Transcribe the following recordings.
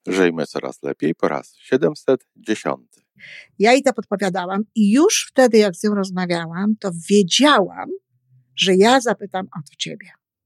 Żyjmy coraz lepiej po raz 710. Ja jej to podpowiadałam i już wtedy, jak z nią rozmawiałam, to wiedziałam, że ja zapytam o to ciebie.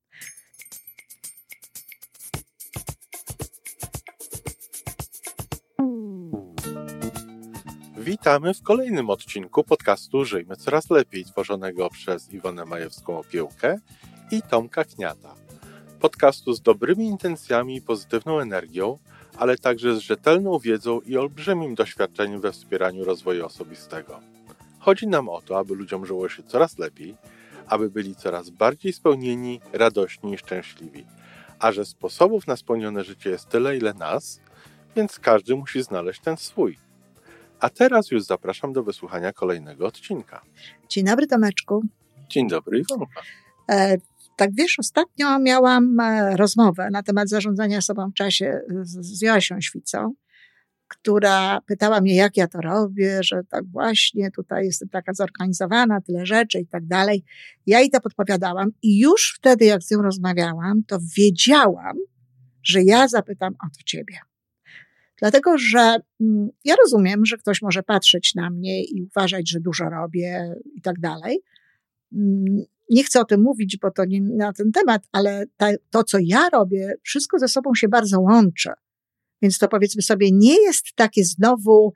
Witamy w kolejnym odcinku podcastu Żyjmy coraz lepiej, tworzonego przez Iwonę Majewską-Opiełkę i Tomka Kniata. Podcastu z dobrymi intencjami i pozytywną energią, ale także z rzetelną wiedzą i olbrzymim doświadczeniem we wspieraniu rozwoju osobistego. Chodzi nam o to, aby ludziom żyło się coraz lepiej, aby byli coraz bardziej spełnieni, radośni i szczęśliwi. A że sposobów na spełnione życie jest tyle, ile nas, więc każdy musi znaleźć ten swój. A teraz już zapraszam do wysłuchania kolejnego odcinka. Dzień dobry, Tomeczku. Dzień dobry, Iwonka. Tak wiesz, ostatnio miałam rozmowę na temat zarządzania sobą w czasie z Joasią Świcą, która pytała mnie, jak ja to robię, że tak właśnie tutaj jestem taka zorganizowana, tyle rzeczy i tak dalej. Ja jej to podpowiadałam i już wtedy, jak z nią rozmawiałam, to wiedziałam, że ja zapytam o to ciebie. Dlatego, że ja rozumiem, że ktoś może patrzeć na mnie i uważać, że dużo robię i tak dalej. Nie chcę o tym mówić, bo to nie na ten temat, ale to, co ja robię, wszystko ze sobą się bardzo łączy. Więc to, powiedzmy sobie, nie jest takie znowu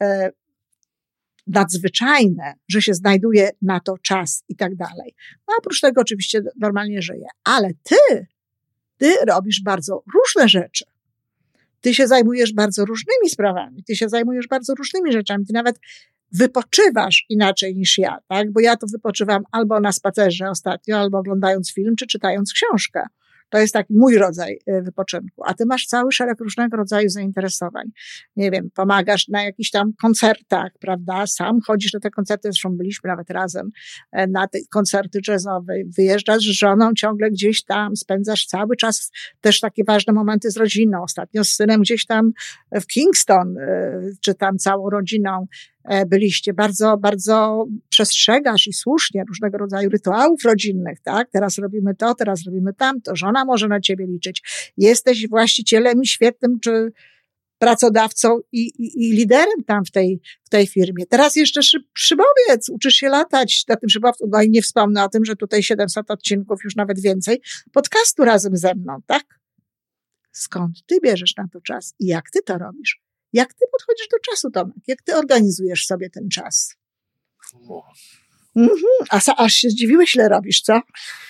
nadzwyczajne, że się znajduje na to czas i tak dalej. No, oprócz tego oczywiście normalnie żyję. Ale ty robisz bardzo różne rzeczy. Ty się zajmujesz bardzo różnymi sprawami, ty się zajmujesz bardzo różnymi rzeczami, ty nawet wypoczywasz inaczej niż ja, tak? Bo ja to wypoczywam albo na spacerze ostatnio, albo oglądając film, czy czytając książkę. To jest taki mój rodzaj wypoczynku. A ty masz cały szereg różnego rodzaju zainteresowań. Nie wiem, pomagasz na jakichś tam koncertach, prawda? Sam chodzisz na te koncerty, zresztą byliśmy nawet razem na te koncerty jazzowe. Wyjeżdżasz z żoną ciągle gdzieś tam, spędzasz cały czas też takie ważne momenty z rodziną. Ostatnio z synem gdzieś tam w Kingston, czy tam całą rodziną byliście. Bardzo, bardzo przestrzegasz i słusznie różnego rodzaju rytuałów rodzinnych, tak? Teraz robimy to, teraz robimy tamto. Żona może na ciebie liczyć. Jesteś właścicielem i świetnym, czy pracodawcą i liderem tam w tej firmie. Teraz jeszcze szybowiec, uczysz się latać na tym szybowcu. No i nie wspomnę o tym, że tutaj 700 odcinków, już nawet więcej, podcastu razem ze mną, tak? Skąd ty bierzesz na to czas i jak ty to robisz? Jak ty podchodzisz do czasu, Tomek? Jak ty organizujesz sobie ten czas? Aż się zdziwiłeś, ile robisz, co?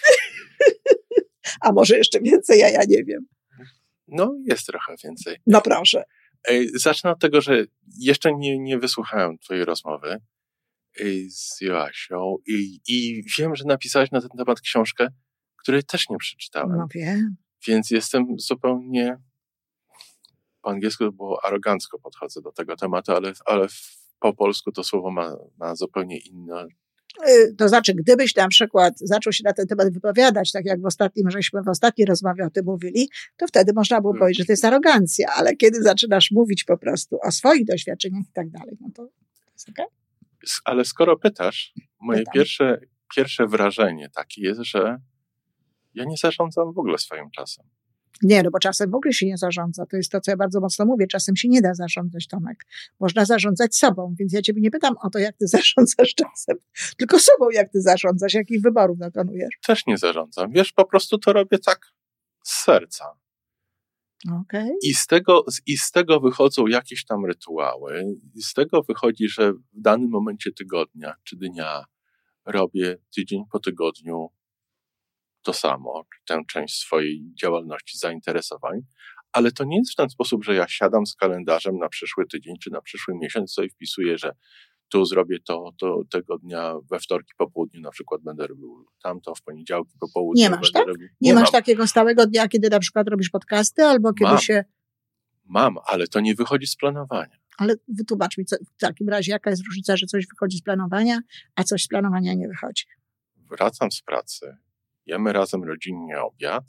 A może jeszcze więcej, ja nie wiem. No, jest trochę więcej. No proszę. Zacznę od tego, że jeszcze nie wysłuchałem twojej rozmowy z Joasią i wiem, że napisałaś na ten temat książkę, której też nie przeczytałem. No wiem. Więc jestem zupełnie... Po angielsku to było arogancko podchodzę do tego tematu, ale po polsku to słowo ma zupełnie inne. To znaczy, gdybyś na przykład zaczął się na ten temat wypowiadać, tak jak żeśmy w ostatniej rozmowie o tym mówili, to wtedy można było powiedzieć, że to jest arogancja, ale kiedy zaczynasz mówić po prostu o swoich doświadczeniach i tak dalej, no to jest okej. Ale skoro pytasz, moje pierwsze wrażenie takie jest, że ja nie zarządzam w ogóle swoim czasem. Nie, no bo czasem w ogóle się nie zarządza. To jest to, co ja bardzo mocno mówię. Czasem się nie da zarządzać, Tomek. Można zarządzać sobą, więc ja ciebie nie pytam o to, jak ty zarządzasz czasem, tylko sobą, jak ty zarządzasz, jakich wyborów dokonujesz. Też nie zarządzam. Wiesz, po prostu to robię tak z serca. Okay. I z tego wychodzą jakieś tam rytuały. I z tego wychodzi, że w danym momencie tygodnia czy dnia robię tydzień po tygodniu to samo, tę część swojej działalności, zainteresowań, ale to nie jest w ten sposób, że ja siadam z kalendarzem na przyszły tydzień czy na przyszły miesiąc, sobie wpisuję, że tu zrobię to tego dnia we wtorki po południu na przykład będę robił tamto, w poniedziałki po południu. Nie masz, tak? Nie masz takiego stałego dnia, kiedy na przykład robisz podcasty albo kiedy Mam, ale to nie wychodzi z planowania. Ale wytłumacz mi, w takim razie jaka jest różnica, że coś wychodzi z planowania, a coś z planowania nie wychodzi? Wracam z pracy. Jemy razem rodzinnie obiad.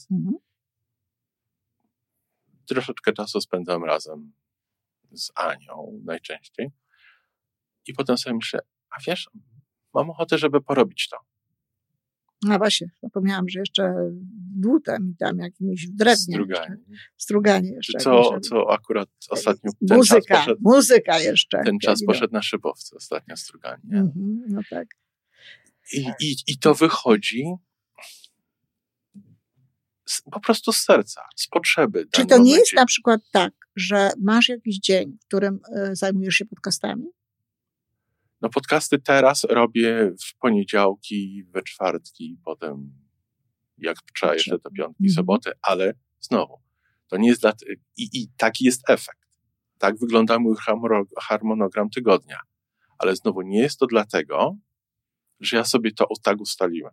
Troszeczkę czasu spędzam razem z Anią najczęściej. I potem sobie myślę, a wiesz, mam ochotę, żeby porobić to. No właśnie, zapomniałam, że jeszcze dłutem i tam jakimś drewnie. Struganie jeszcze. Co akurat ostatnio ten czas poszedł. Muzyka jeszcze. Ten czas poszedł na szybowce, ostatnio struganie. No tak. I to wychodzi po prostu z serca, z potrzeby. Czy to nie jest na przykład tak, że masz jakiś dzień, w którym zajmujesz się podcastami? No podcasty teraz robię w poniedziałki, we czwartki, potem jak trzeba jeszcze do piątki, soboty, ale znowu, to nie jest i taki jest efekt. Tak wygląda mój harmonogram tygodnia. Ale znowu nie jest to dlatego, że ja sobie to tak ustaliłem.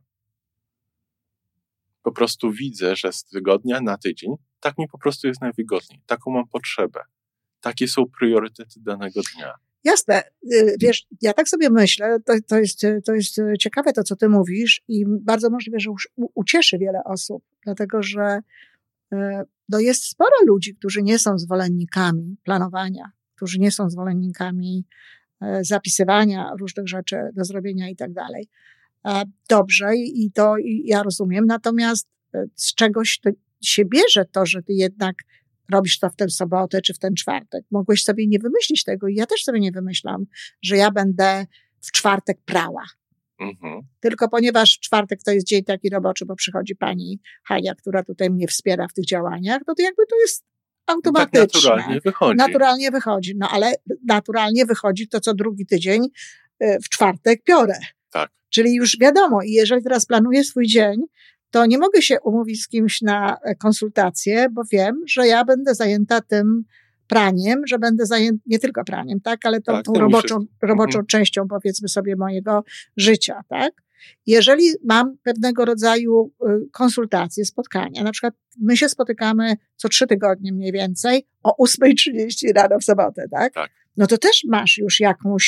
Po prostu widzę, że z tygodnia na tydzień tak mi po prostu jest najwygodniej. Taką mam potrzebę. Takie są priorytety danego dnia. Jasne. Wiesz, ja tak sobie myślę, to jest ciekawe to, co ty mówisz i bardzo możliwe, że już ucieszy wiele osób, dlatego że jest sporo ludzi, którzy nie są zwolennikami planowania, którzy nie są zwolennikami zapisywania różnych rzeczy do zrobienia i tak dalej. Dobrze i ja rozumiem, natomiast z czegoś to się bierze to, że ty jednak robisz to w tę sobotę czy w ten czwartek. Mogłeś sobie nie wymyślić tego i ja też sobie nie wymyślam, że ja będę w czwartek prała. Tylko ponieważ czwartek to jest dzień taki roboczy, bo przychodzi pani Hania, która tutaj mnie wspiera w tych działaniach, to jakby to jest automatyczne. Tak naturalnie wychodzi. Naturalnie wychodzi. No ale naturalnie wychodzi to co drugi tydzień w czwartek piorę. Tak. Czyli już wiadomo, i jeżeli teraz planuję swój dzień, to nie mogę się umówić z kimś na konsultację, bo wiem, że ja będę zajęta tym praniem, że będę zajęta nie tylko praniem, tak, ale tą roboczą częścią, powiedzmy sobie, mojego życia, tak. Jeżeli mam pewnego rodzaju konsultacje, spotkania, na przykład my się spotykamy co 3 tygodnie mniej więcej o 8:30 rano w sobotę, tak? Tak. No to też masz już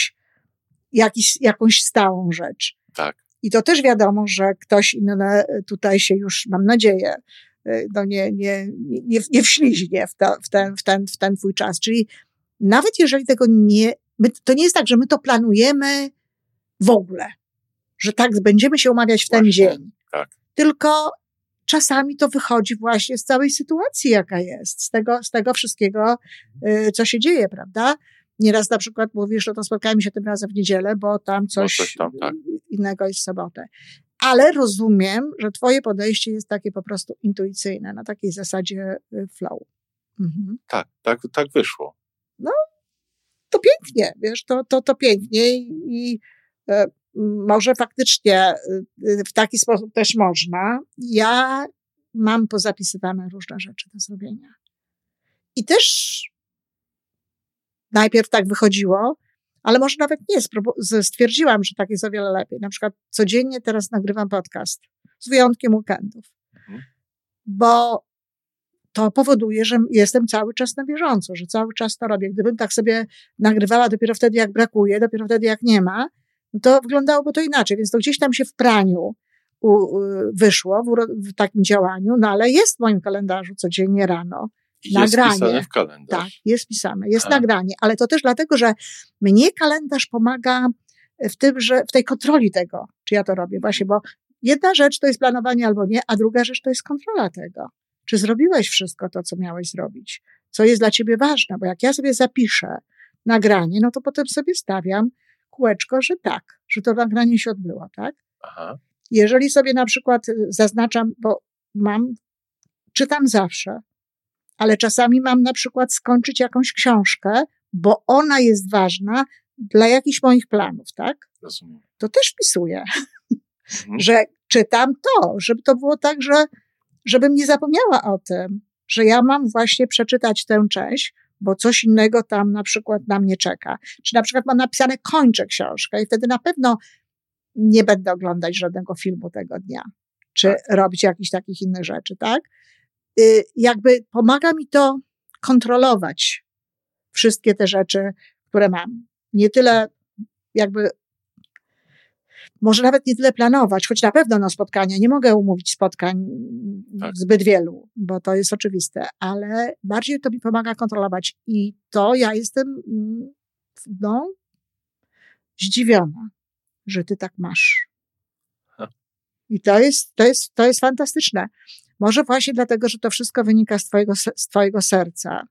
jakąś stałą rzecz. Tak. I to też wiadomo, że ktoś inny tutaj się już, mam nadzieję, no nie wśliźnie w ten twój czas. Czyli nawet jeżeli tego to nie jest tak, że my to planujemy w ogóle, że tak będziemy się umawiać w ten dzień. Tak. Tylko czasami to wychodzi właśnie z całej sytuacji, jaka jest, z tego wszystkiego, co się dzieje, prawda? Nieraz na przykład mówisz, że to spotkajmy się tym razem w niedzielę, bo tam coś innego jest w sobotę. Ale rozumiem, że twoje podejście jest takie po prostu intuicyjne, na takiej zasadzie flow. Tak wyszło. No, to pięknie, wiesz, to pięknie i może faktycznie w taki sposób też można. Ja mam pozapisywane różne rzeczy do zrobienia. I też najpierw tak wychodziło, ale może nawet nie. Stwierdziłam, że tak jest o wiele lepiej. Na przykład codziennie teraz nagrywam podcast, z wyjątkiem weekendów. Bo to powoduje, że jestem cały czas na bieżąco, że cały czas to robię. Gdybym tak sobie nagrywała dopiero wtedy, jak brakuje, dopiero wtedy, jak nie ma, no to wyglądałoby to inaczej. Więc to gdzieś tam się w praniu wyszło, w takim działaniu, no ale jest w moim kalendarzu codziennie rano nagranie. Jest pisane w kalendarz. Tak, jest pisane, jest nagranie, ale to też dlatego, że mnie kalendarz pomaga w tym, że w tej kontroli tego, czy ja to robię. Właśnie, bo jedna rzecz to jest planowanie albo nie, a druga rzecz to jest kontrola tego. Czy zrobiłeś wszystko to, co miałeś zrobić? Co jest dla ciebie ważne? Bo jak ja sobie zapiszę nagranie, no to potem sobie stawiam kółeczko, że tak, że to nagranie się odbyło, tak? Aha. Jeżeli sobie na przykład zaznaczam, bo czytam zawsze, ale czasami mam na przykład skończyć jakąś książkę, bo ona jest ważna dla jakichś moich planów, tak? Rozumiem. To też wpisuję, że czytam to, żeby to było tak, żebym nie zapomniała o tym, że ja mam właśnie przeczytać tę część, bo coś innego tam na przykład na mnie czeka. Czy na przykład mam napisane kończę książkę i wtedy na pewno nie będę oglądać żadnego filmu tego dnia, czy robić jakichś takich innych rzeczy, tak? Jakby pomaga mi to kontrolować wszystkie te rzeczy, które mam. Nie tyle jakby, może nawet nie tyle planować, choć na pewno spotkania, nie mogę umówić spotkań zbyt wielu, bo to jest oczywiste, ale bardziej to mi pomaga kontrolować i to ja jestem zdziwiona, że ty tak masz. I to jest fantastyczne. Może właśnie dlatego, że to wszystko wynika z twojego serca.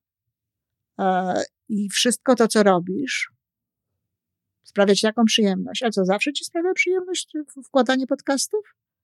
I wszystko to, co robisz, sprawia ci taką przyjemność. A co, zawsze ci sprawia przyjemność wkładanie podcastów?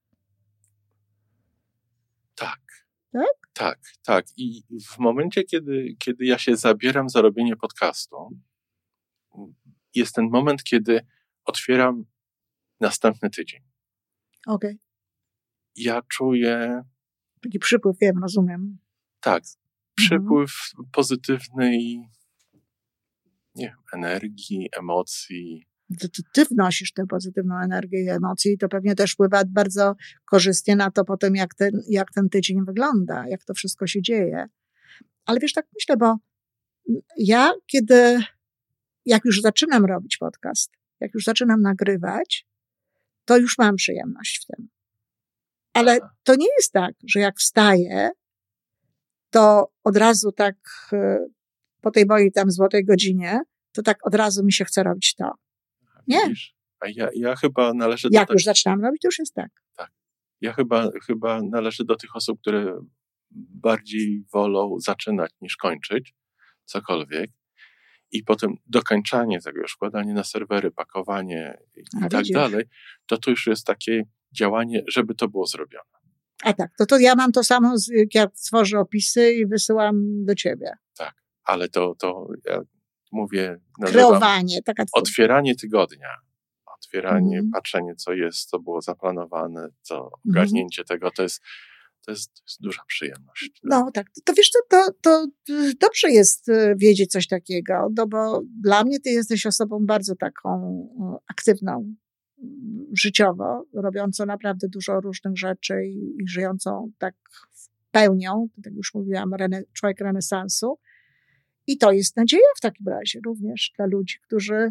Tak. Tak? Tak. I w momencie, kiedy ja się zabieram za robienie podcastu, jest ten moment, kiedy otwieram następny tydzień. Okej. Ja czuję... Taki przypływ, wiem, rozumiem. Tak. Przypływ pozytywnej, nie wiem, energii, emocji. Ty wnosisz tę pozytywną energię i emocje i to pewnie też wpływa bardzo korzystnie na to potem, jak ten tydzień wygląda, jak to wszystko się dzieje. Ale wiesz, tak myślę, bo ja jak już zaczynam robić podcast, jak już zaczynam nagrywać, to już mam przyjemność w tym. Ale to nie jest tak, że jak wstaję, to od razu tak po tej mojej tam złotej godzinie, to tak od razu mi się chce robić to. Nie. A ja chyba należę jak już zaczynam robić, to już jest tak. Tak. Ja chyba należę do tych osób, które bardziej wolą zaczynać niż kończyć cokolwiek. I potem dokończanie tego, już wkładanie na serwery, pakowanie i tak dalej, to już jest takie działanie, żeby to było zrobione. A tak, to ja mam to samo, jak tworzę opisy i wysyłam do ciebie. Tak, ale to ja mówię... Kreowanie. Otwieranie tygodnia. Patrzenie, co jest, co było zaplanowane, ogarnięcie tego, to jest duża przyjemność. No tak, to wiesz co, to dobrze jest wiedzieć coś takiego, no bo dla mnie ty jesteś osobą bardzo taką aktywną życiowo, robiącą naprawdę dużo różnych rzeczy i żyjącą tak pełnią, tak jak już mówiłam, człowiek renesansu. I to jest nadzieja w takim razie również dla ludzi, którzy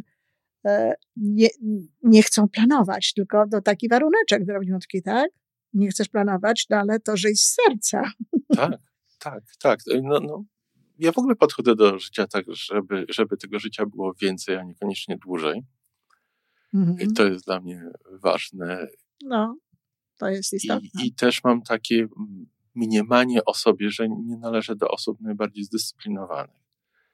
nie chcą planować, tylko taki waruneczek drobniutki, taki, tak? Nie chcesz planować, no ale to żyj z serca. Tak. No, ja w ogóle podchodzę do życia tak, żeby tego życia było więcej, a niekoniecznie dłużej. I to jest dla mnie ważne. No, to jest istotne. I też mam takie mniemanie o sobie, że nie należę do osób najbardziej zdyscyplinowanych.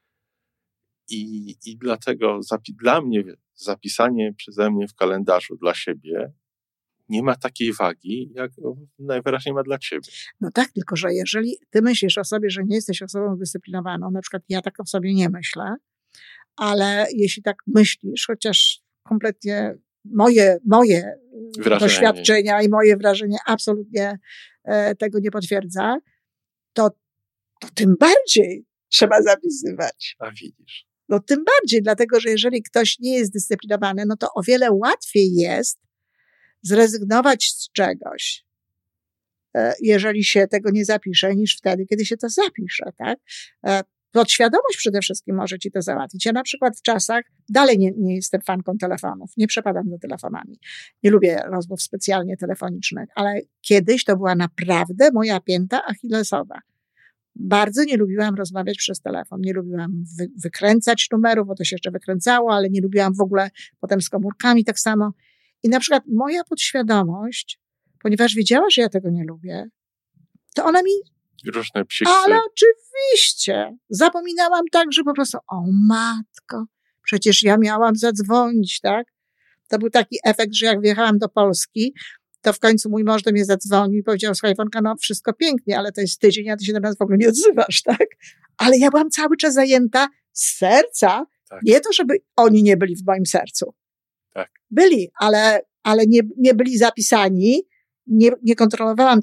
I dlatego dla mnie zapisanie przeze mnie w kalendarzu dla siebie nie ma takiej wagi, jak najwyraźniej ma dla ciebie. No tak, tylko że jeżeli ty myślisz o sobie, że nie jesteś osobą zdyscyplinowaną, na przykład ja tak o sobie nie myślę, ale jeśli tak myślisz, chociaż kompletnie moje doświadczenia i moje wrażenie absolutnie tego nie potwierdza, to tym bardziej trzeba zapisywać. A widzisz. No tym bardziej, dlatego że jeżeli ktoś nie jest zdyscyplinowany, no to o wiele łatwiej jest zrezygnować z czegoś, jeżeli się tego nie zapisze, niż wtedy, kiedy się to zapisze, tak? Podświadomość przede wszystkim może ci to załatwić. Ja na przykład w czasach dalej nie jestem fanką telefonów, nie przepadam za telefonami. Nie lubię rozmów specjalnie telefonicznych, ale kiedyś to była naprawdę moja pięta achillesowa. Bardzo nie lubiłam rozmawiać przez telefon, nie lubiłam wykręcać numerów, bo to się jeszcze wykręcało, ale nie lubiłam w ogóle potem z komórkami tak samo. I na przykład moja podświadomość, ponieważ wiedziała, że ja tego nie lubię, to ona mi... Różne psiksy. Ale oczywiście. Zapominałam tak, że po prostu, o matko, przecież ja miałam zadzwonić, tak? To był taki efekt, że jak wjechałam do Polski, to w końcu mój mąż do mnie zadzwonił i powiedział, słuchaj, Iwonka, no wszystko pięknie, ale to jest tydzień, a ty się do nas w ogóle nie odzywasz, tak? Ale ja byłam cały czas zajęta z serca. Tak. Nie to, żeby oni nie byli w moim sercu. Tak. Byli, ale nie byli zapisani. Nie kontrolowałam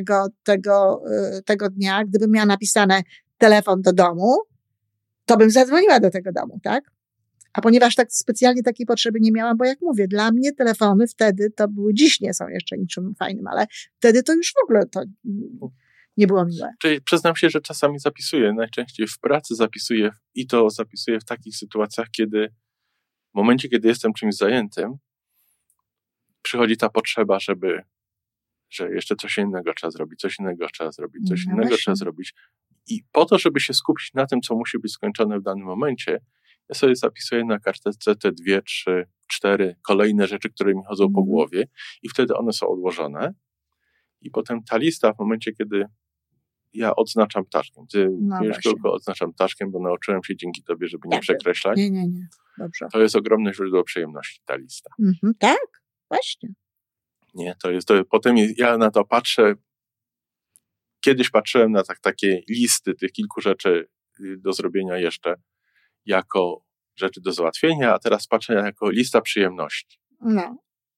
tego dnia. Gdybym miała napisane telefon do domu, to bym zadzwoniła do tego domu, tak? A ponieważ tak specjalnie takiej potrzeby nie miałam, bo jak mówię, dla mnie telefony wtedy to były, dziś nie są jeszcze niczym fajnym, ale wtedy to już w ogóle to nie było miłe. Czyli przyznam się, że czasami zapisuję, najczęściej w pracy zapisuję i to zapisuję w takich sytuacjach, w momencie, kiedy jestem czymś zajętym, przychodzi ta potrzeba, że jeszcze coś innego trzeba zrobić, coś innego trzeba zrobić. I po to, żeby się skupić na tym, co musi być skończone w danym momencie, ja sobie zapisuję na karteczce te 2-3 4 kolejne rzeczy, które mi chodzą po głowie i wtedy one są odłożone. I potem ta lista w momencie, kiedy ja odznaczam ptaszkiem. Tylko odznaczam ptaszkiem, bo nauczyłem się dzięki tobie, żeby nie przekreślać. Nie. Dobrze. To jest ogromne źródło przyjemności, ta lista. Tak, właśnie. Nie, potem ja na to patrzę. Kiedyś patrzyłem na takie listy tych kilku rzeczy do zrobienia jeszcze jako rzeczy do załatwienia, a teraz patrzę jako lista przyjemności. No.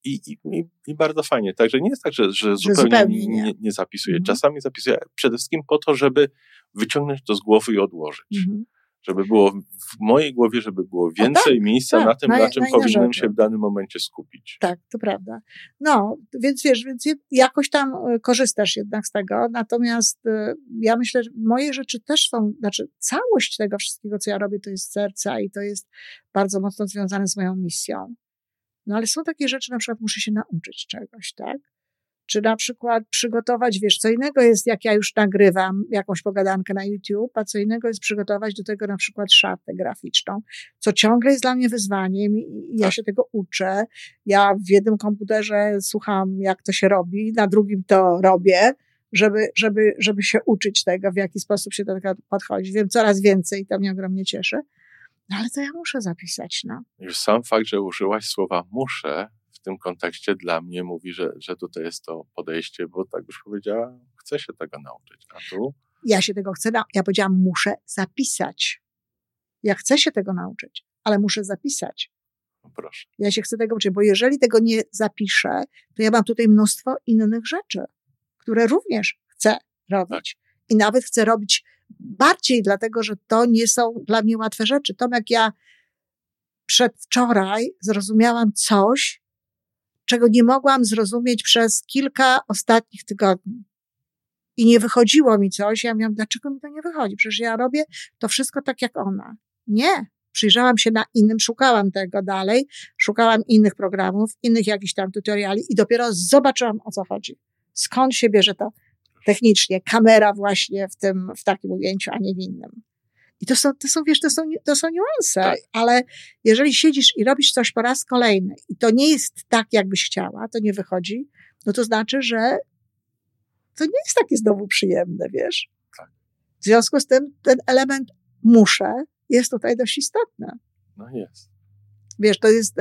I bardzo fajnie. Także nie jest tak, że zupełnie nie zapisuję. Czasami zapisuję przede wszystkim po to, żeby wyciągnąć to z głowy i odłożyć. Żeby było w mojej głowie, żeby było więcej miejsca na tym, na czym powinienem się w danym momencie skupić. Tak, to prawda. No, więc wiesz, jakoś tam korzystasz jednak z tego, natomiast ja myślę, że moje rzeczy też są, całość tego wszystkiego, co ja robię, to jest serca i to jest bardzo mocno związane z moją misją. No ale są takie rzeczy, na przykład muszę się nauczyć czegoś, tak? Czy na przykład przygotować, co innego jest, jak ja już nagrywam jakąś pogadankę na YouTube, a co innego jest przygotować do tego na przykład szatę graficzną, co ciągle jest dla mnie wyzwaniem i ja się tego uczę. Ja w jednym komputerze słucham, jak to się robi, na drugim to robię, żeby się uczyć tego, w jaki sposób się do tego podchodzi. Wiem coraz więcej i to mnie ogromnie cieszy. No ale to ja muszę zapisać, no. Już sam fakt, że użyłaś słowa muszę, w tym kontekście dla mnie mówi, że tutaj jest to podejście, bo tak już powiedziała, chcę się tego nauczyć, a tu? Ja się tego chcę ja powiedziałam, muszę zapisać. Ja chcę się tego nauczyć, ale muszę zapisać. No proszę. Ja się chcę tego uczyć, bo jeżeli tego nie zapiszę, to ja mam tutaj mnóstwo innych rzeczy, które również chcę robić. Tak. I nawet chcę robić bardziej, dlatego, że to nie są dla mnie łatwe rzeczy. Tomek, ja przedwczoraj zrozumiałam coś, czego nie mogłam zrozumieć przez kilka ostatnich tygodni. I nie wychodziło mi coś. Ja mówiłam, dlaczego mi to nie wychodzi? Przecież ja robię to wszystko tak jak ona. Nie. Przyjrzałam się na innym, szukałam tego dalej, szukałam innych programów, innych jakichś tam tutoriali i dopiero zobaczyłam, o co chodzi. Skąd się bierze to technicznie, kamera właśnie w takim ujęciu, a nie w innym. I to są niuanse, tak. Ale jeżeli siedzisz i robisz coś po raz kolejny i to nie jest tak, jakbyś chciała, to nie wychodzi, no to znaczy, że to nie jest takie znowu przyjemne, wiesz. Tak. W związku z tym ten element muszę jest tutaj dość istotny. No jest. Wiesz,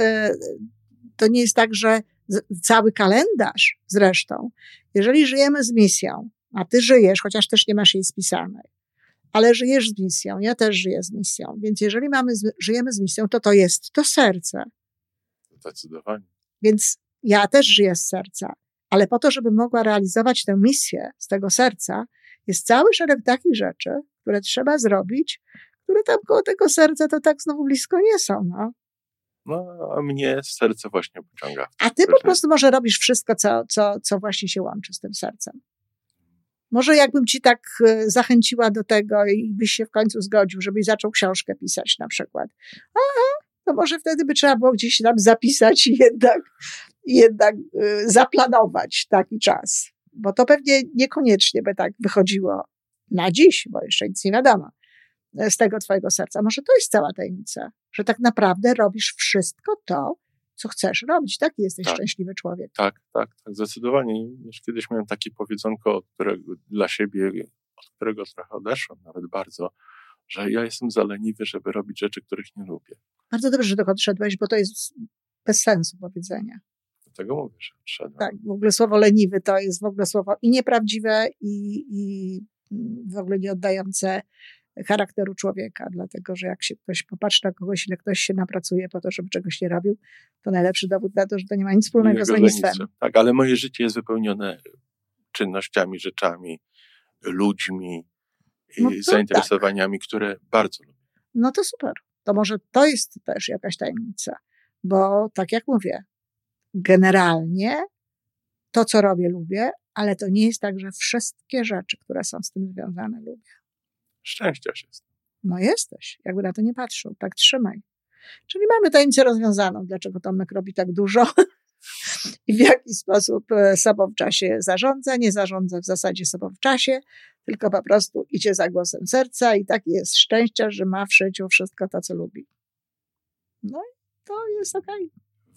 to nie jest tak, że cały kalendarz zresztą, jeżeli żyjemy z misją, a ty żyjesz, chociaż też nie masz jej spisanej, ale żyjesz z misją, ja też żyję z misją, więc jeżeli żyjemy z misją, to jest to serce. Zdecydowanie. Więc ja też żyję z serca, ale po to, żeby mogła realizować tę misję z tego serca, jest cały szereg takich rzeczy, które trzeba zrobić, które tam koło tego serca to tak znowu blisko nie są, no. No, a mnie serce właśnie pociąga. A ty po prostu może robisz wszystko, co właśnie się łączy z tym sercem. Może jakbym ci tak zachęciła do tego i byś się w końcu zgodził, żebyś zaczął książkę pisać na przykład. To może wtedy by trzeba było gdzieś tam zapisać i jednak zaplanować taki czas. Bo to pewnie niekoniecznie by tak wychodziło na dziś, bo jeszcze nic nie wiadomo z tego twojego serca. Może to jest cała tajemnica, że tak naprawdę robisz wszystko to, co chcesz robić. Taki jesteś szczęśliwy człowiek. Tak, zdecydowanie. Już kiedyś miałem takie powiedzonko, dla siebie, od którego trochę odeszłem, nawet bardzo, że ja jestem za leniwy, żeby robić rzeczy, których nie lubię. Bardzo dobrze, że tego odszedłeś, bo to jest bez sensu powiedzenia. Dlatego mówię, że odszedłem. Tak, w ogóle słowo leniwy to jest w ogóle słowo i nieprawdziwe, i w ogóle nie oddające charakteru człowieka, dlatego, że jak się ktoś popatrzy na kogoś, ile ktoś się napracuje po to, żeby czegoś nie robił, to najlepszy dowód na to, że to nie ma nic wspólnego z lenistwem. Tak, ale moje życie jest wypełnione czynnościami, rzeczami, ludźmi, zainteresowaniami, które bardzo lubię. No to super. To może to jest też jakaś tajemnica, bo tak jak mówię, generalnie to, co robię, lubię, ale to nie jest tak, że wszystkie rzeczy, które są z tym związane, lubię. Szczęściarz jest. No jesteś, jakby na to nie patrzył. Tak trzymaj. Czyli mamy tajemnicę rozwiązaną, dlaczego Tomek robi tak dużo i w jaki sposób sobą w czasie zarządza. Nie zarządza w zasadzie sobą w czasie, tylko po prostu idzie za głosem serca i taki jest szczęściarz, że ma w życiu wszystko to, co lubi. No i to jest okej.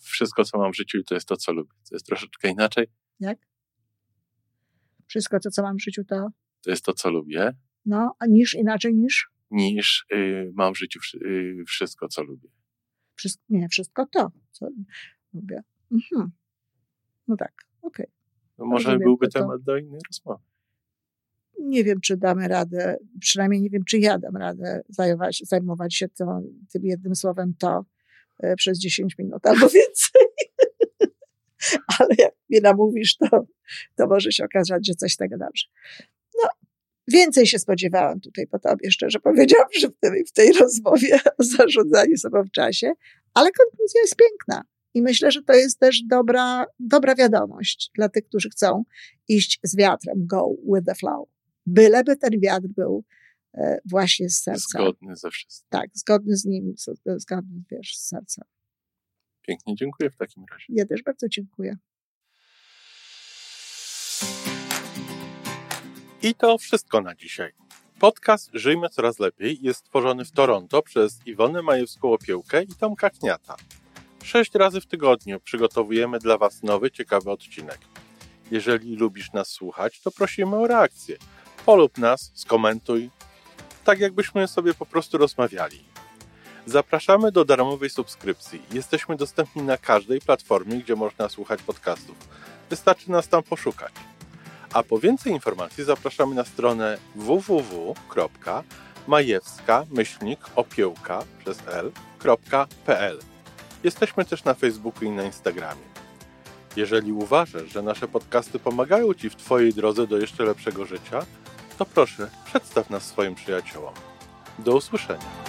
wszystko, co mam w życiu, to jest to, co lubię. To jest troszeczkę inaczej. Jak? Wszystko, co mam w życiu, to jest to, co lubię. No, a inaczej niż? Mam w życiu wszystko, co lubię. Wszystko to, co lubię. Mhm. No tak, okej. No może byłby temat do innej rozmowy. Nie wiem, czy damy radę, przynajmniej nie wiem, czy ja dam radę zajmować się tym jednym słowem to przez 10 minut albo więcej. Ale jak mnie namówisz, to może się okazać, że coś z tego dobrze. No, więcej się spodziewałam tutaj po tobie, szczerze powiedziawszy, w tej rozmowie o zarządzaniu sobą w czasie, ale konkluzja jest piękna. I myślę, że to jest też dobra wiadomość dla tych, którzy chcą iść z wiatrem, go with the flow. Byleby ten wiatr był właśnie z serca. Zgodny ze wszystkim. Tak, zgodny z nim, zgodny, z serca. Pięknie, dziękuję w takim razie. Ja też bardzo dziękuję. I to wszystko na dzisiaj. Podcast Żyjmy Coraz Lepiej jest stworzony w Toronto przez Iwonę Majewską-Opiełkę i Tomka Kniata. 6 razy w tygodniu przygotowujemy dla Was nowy, ciekawy odcinek. Jeżeli lubisz nas słuchać, to prosimy o reakcję. Polub nas, skomentuj, tak jakbyśmy sobie po prostu rozmawiali. Zapraszamy do darmowej subskrypcji. Jesteśmy dostępni na każdej platformie, gdzie można słuchać podcastów. Wystarczy nas tam poszukać. A po więcej informacji zapraszamy na stronę www.majewska-opiełka.pl. Jesteśmy też na Facebooku i na Instagramie. Jeżeli uważasz, że nasze podcasty pomagają Ci w Twojej drodze do jeszcze lepszego życia, to proszę, przedstaw nas swoim przyjaciołom. Do usłyszenia.